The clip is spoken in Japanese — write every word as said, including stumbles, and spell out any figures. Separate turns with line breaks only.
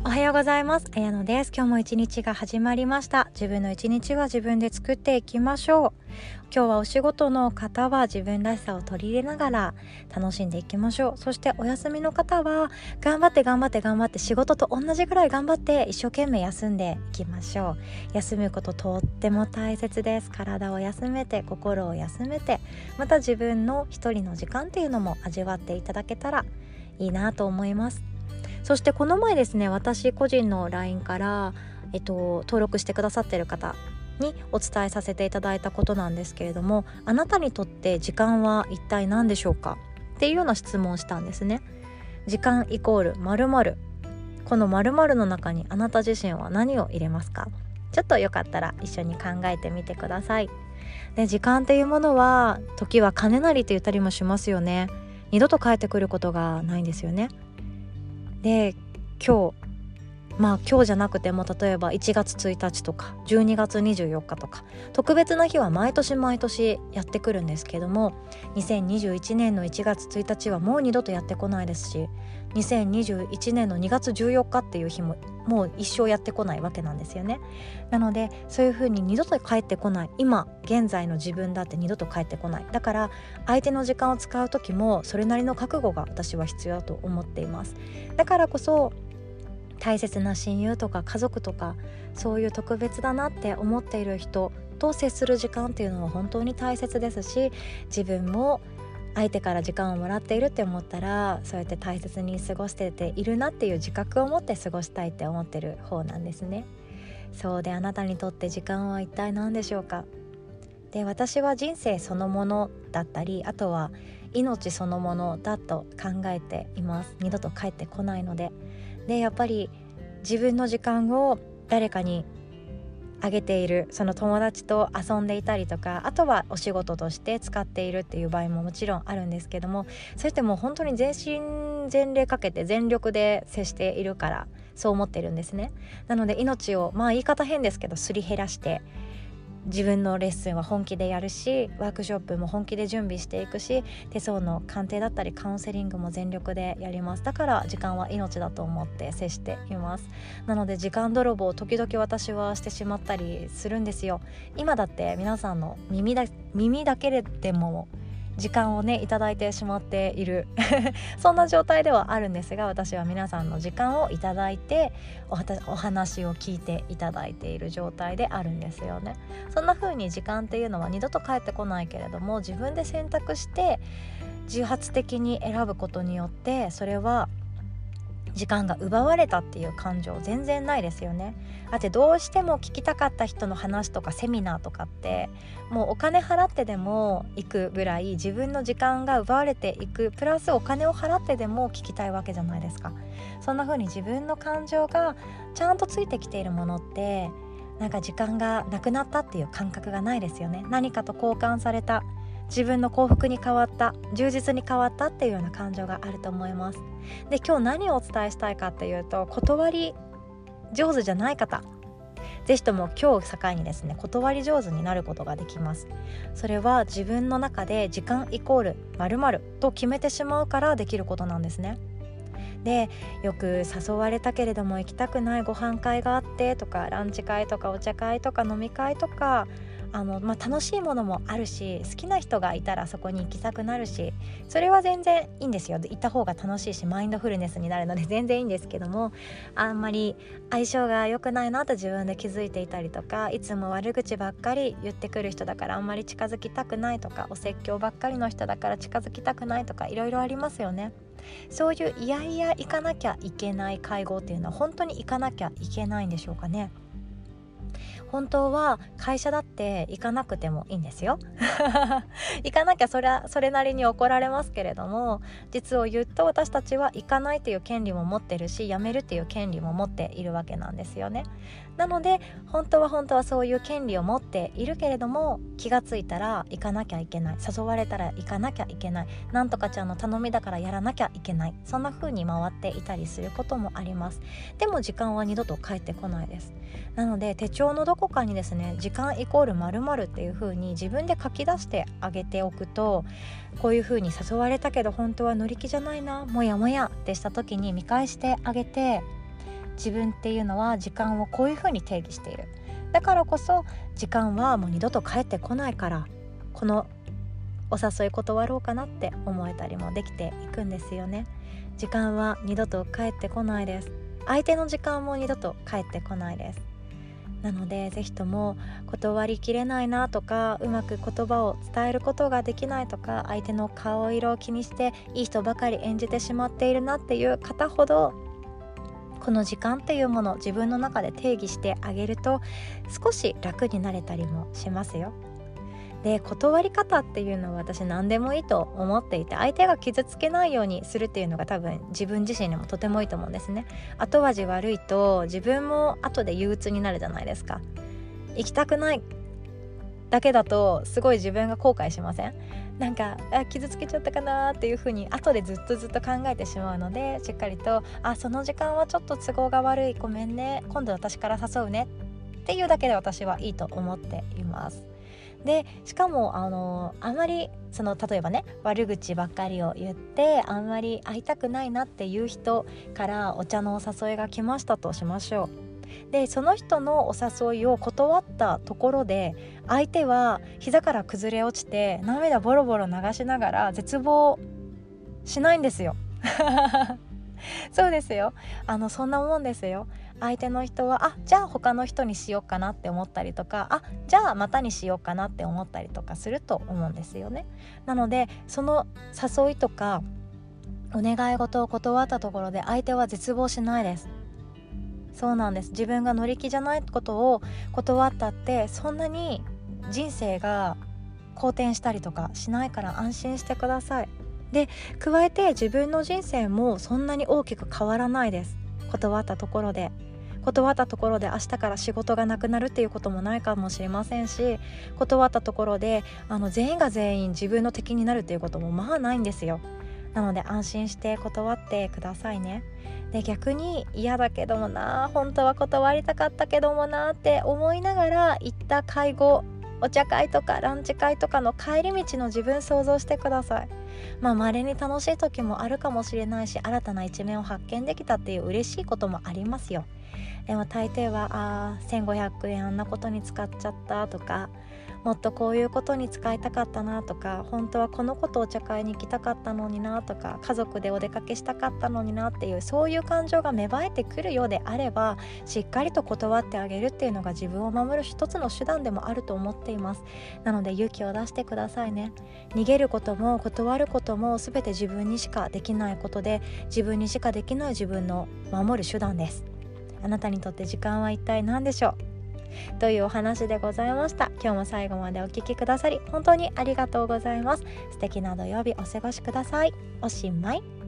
おはようございます。あやのです。今日も一日が始まりました。自分の一日は自分で作っていきましょう。今日はお仕事の方は自分らしさを取り入れながら楽しんでいきましょう。そしてお休みの方は頑張って頑張って頑張って仕事と同じぐらい頑張って一生懸命休んでいきましょう。休むこととっても大切です。体を休めて心を休めて、また自分の一人の時間っていうのも味わっていただけたらいいなと思います。そしてこの前ですね、私個人の ライン から、えっと、登録してくださっている方にお伝えさせていただいたことなんですけれども、あなたにとって時間は一体何でしょうかっていうような質問をしたんですね。時間イコール〇〇、この〇〇の中にあなた自身は何を入れますか？ちょっとよかったら一緒に考えてみてください。で、時間っていうものは時は金なりと言ったりもしますよね。二度と帰ってくることがないんですよね。で、今日まあ今日じゃなくても、例えばいちがつついたちとかじゅうにがつにじゅうよっかとか特別な日は毎年毎年やってくるんですけども、にせんにじゅういちねんのいちがつついたちはもう二度とやってこないですし、にせんにじゅういちねんのにがつじゅうよっかっていう日ももう一生やってこないわけなんですよね。なのでそういうふうに二度と帰ってこない、今現在の自分だって二度と帰ってこない。だから相手の時間を使う時もそれなりの覚悟が私は必要だと思っています。だからこそ大切な親友とか家族とか、そういう特別だなって思っている人と接する時間っていうのは本当に大切ですし、自分も相手から時間をもらっているって思ったら、そうやって大切に過ごしてているなっていう自覚を持って過ごしたいって思ってる方なんですね。そうで、あなたにとって時間は一体何でしょうか？で、私は人生そのものだったり、あとは命そのものだと考えています。二度と帰ってこないので。で、やっぱり自分の時間を誰かにあげている、その友達と遊んでいたりとか、あとはお仕事として使っているっていう場合ももちろんあるんですけども、それってもう本当に全身全霊かけて全力で接しているからそう思ってるんですね。なので命を、まあ言い方変ですけどすり減らして、自分のレッスンは本気でやるし、ワークショップも本気で準備していくし、手相の鑑定だったりカウンセリングも全力でやります。だから時間は命だと思って接しています。なので時間泥棒を時々私はしてしまったりするんですよ。今だって皆さんの耳だ耳だけでも時間をねいただいてしまっているそんな状態ではあるんですが、私は皆さんの時間をいただいて お, はお話を聞いていただいている状態であるんですよね。そんな風に時間っていうのは二度と帰ってこないけれども、自分で選択して自発的に選ぶことによって、それは時間が奪われたっていう感情全然ないですよね。だってどうしても聞きたかった人の話とかセミナーとかってもうお金払ってでも行くぐらい自分の時間が奪われていく、プラスお金を払ってでも聞きたいわけじゃないですか。そんな風に自分の感情がちゃんとついてきているものって、なんか時間がなくなったっていう感覚がないですよね。何かと交換された、自分の幸福に変わった、充実に変わったっていうような感情があると思います。で、今日何をお伝えしたいかっていうと、断り上手じゃない方、ぜひとも今日を境にですね、断り上手になることができます。それは自分の中で時間イコール〇〇と決めてしまうからできることなんですね。で、よく誘われたけれども行きたくないご飯会があってとか、ランチ会とかお茶会とか飲み会とか、あの、まあ、楽しいものもあるし、好きな人がいたらそこに行きたくなるし、それは全然いいんですよ。行った方が楽しいしマインドフルネスになるので全然いいんですけども、あんまり相性が良くないなと自分で気づいていたりとか、いつも悪口ばっかり言ってくる人だからあんまり近づきたくないとか、お説教ばっかりの人だから近づきたくないとか、いろいろありますよね。そういういやいや行かなきゃいけない会合っていうのは本当に行かなきゃいけないんでしょうかね。本当は会社だって行かなくてもいいんですよ行かなきゃそれはそれなりに怒られますけれども、実を言うと私たちは行かないっていう権利も持ってるし、辞めるっていう権利も持っているわけなんですよね。なので本当は本当はそういう権利を持っているけれども、気がついたら行かなきゃいけない、誘われたら行かなきゃいけない、なんとかちゃんの頼みだからやらなきゃいけない、そんな風に回っていたりすることもあります。でも時間は二度と帰ってこないです。なので手帳のどこかにですね、時間イコール〇〇っていう風に自分で書き出してあげておくと、こういう風に誘われたけど本当は乗り気じゃないな、もやもやってした時に見返してあげて、 自分っていうのは時間をこういうふうに定義している、だからこそ時間はもう二度と帰ってこないから、このお誘い断ろうかなって思えたりもできていくんですよね。時間は二度と帰ってこないです。相手の時間も二度と帰ってこないです。なのでぜひとも断りきれないなとか、うまく言葉を伝えることができないとか、相手の顔色を気にしていい人ばかり演じてしまっているなっていう方ほど、この時間っていうものを自分の中で定義してあげると少し楽になれたりもしますよ。で、断り方っていうのは私何でもいいと思っていて、相手が傷つけないようにするっていうのが多分自分自身にもとてもいいと思うんですね。後味悪いと自分も後で憂鬱になるじゃないですか。行きたくないだけだとすごい自分が後悔しません？なんかあ傷つけちゃったかなっていう風に後でずっとずっと考えてしまうので、しっかりとあその時間はちょっと都合が悪い、ごめんね、今度私から誘うねっていうだけで私はいいと思っています。でしかもあのあまりその例えばね、悪口ばっかりを言ってあんまり会いたくないなっていう人からお茶のお誘いが来ましたとしましょう。でその人のお誘いを断ったところで、相手は膝から崩れ落ちて涙ボロボロ流しながら絶望しないんですよそうですよ。あのそんなもんですよ。相手の人はあじゃあ他の人にしようかなって思ったりとか、あじゃあまたにしようかなって思ったりとかすると思うんですよね。なのでその誘いとかお願い事を断ったところで相手は絶望しないです。そうなんです。自分が乗り気じゃないことを断ったってそんなに人生が好転したりとかしないから安心してください。で加えて自分の人生もそんなに大きく変わらないです。断ったところで断ったところで明日から仕事がなくなるっていうこともないかもしれませんし、断ったところであの全員が全員自分の敵になるっていうこともまあないんですよ。なので安心して断ってくださいね。で逆に嫌だけどもな、本当は断りたかったけどもなって思いながら行った会合、お茶会とかランチ会とかの帰り道の自分想像してください。まあ稀に楽しい時もあるかもしれないし、新たな一面を発見できたっていう嬉しいこともありますよ。でも大抵はあーせんごひゃくえんあんなことに使っちゃったとか、もっとこういうことに使いたかったなとか、本当はこのことお茶会に行きたかったのになとか、家族でお出かけしたかったのになっていう、そういう感情が芽生えてくるようであれば、しっかりと断ってあげるっていうのが自分を守る一つの手段でもあると思っています。なので勇気を出してくださいね。逃げることも断ることも全て自分にしかできないことで、自分にしかできない自分の守る手段です。あなたにとって時間は一体何でしょうというお話でございました。今日も最後までお聞きくださり本当にありがとうございます。素敵な土曜日お過ごしください。おしまい。